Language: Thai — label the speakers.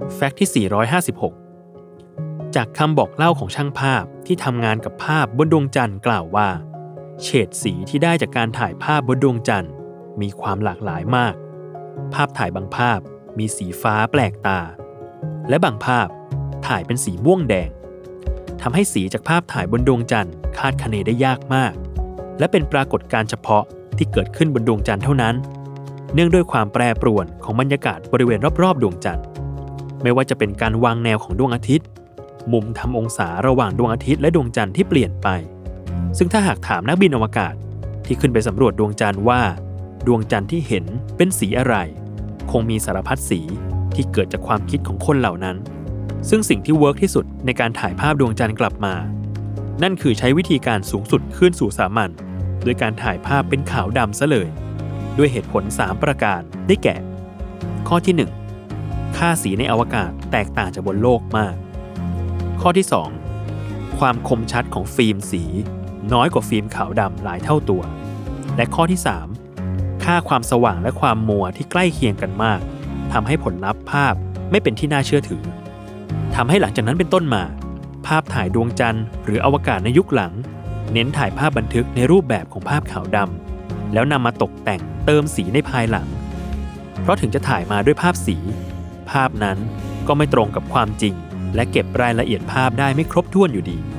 Speaker 1: แฟกต์ที่ 456 จากคำบอกเล่าของช่างภาพที่ทำงานกับภาพบนดวงจันทร์กล่าวว่าเฉดสีที่ได้จากการถ่ายภาพบนดวงจันทร์มีความหลากหลายมากภาพถ่ายบางภาพมีสีฟ้าแปลกตาและบางภาพถ่ายเป็นสีม่วงแดงทำให้สีจากภาพถ่ายบนดวงจันทร์คาดคะเนได้ยากมากและเป็นปรากฏการณ์เฉพาะที่เกิดขึ้นบนดวงจันทร์เท่านั้นเนื่องด้วยความแปรปรวนของบรรยากาศบริเวณรอบๆดวงจันทร์ไม่ว่าจะเป็นการวางแนวของดวงอาทิตย์มุมทำองศาระหว่างดวงอาทิตย์และดวงจันทร์ที่เปลี่ยนไปซึ่งถ้าหากถามนักบินอวกาศที่ขึ้นไปสำรวจดวงจันทร์ว่าดวงจันทร์ที่เห็นเป็นสีอะไรคงมีสารพัดสีที่เกิดจากความคิดของคนเหล่านั้นซึ่งสิ่งที่เวิร์กที่สุดในการถ่ายภาพดวงจันทร์กลับมานั่นคือใช้วิธีการสูงสุดขึ้นสู่สามัญโดยการถ่ายภาพเป็นขาวดำซะเลยด้วยเหตุผล3ประการได้แก่ข้อที่1ค่าสีในอวกาศแตกต่างจากบนโลกมากข้อที่2ความคมชัดของฟิล์มสีน้อยกว่าฟิล์มขาวดำหลายเท่าตัวและข้อที่3ค่าความสว่างและความมัวที่ใกล้เคียงกันมากทำให้ผลลัพธ์ภาพไม่เป็นที่น่าเชื่อถือทำให้หลังจากนั้นเป็นต้นมาภาพถ่ายดวงจันทร์หรืออวกาศในยุคหลังเน้นถ่ายภาพบันทึกในรูปแบบของภาพขาวดำแล้วนำมาตกแต่งเติมสีในภายหลังเพราะถึงจะถ่ายมาด้วยภาพสีภาพนั้นก็ไม่ตรงกับความจริงและเก็บรายละเอียดภาพได้ไม่ครบถ้วนอยู่ดี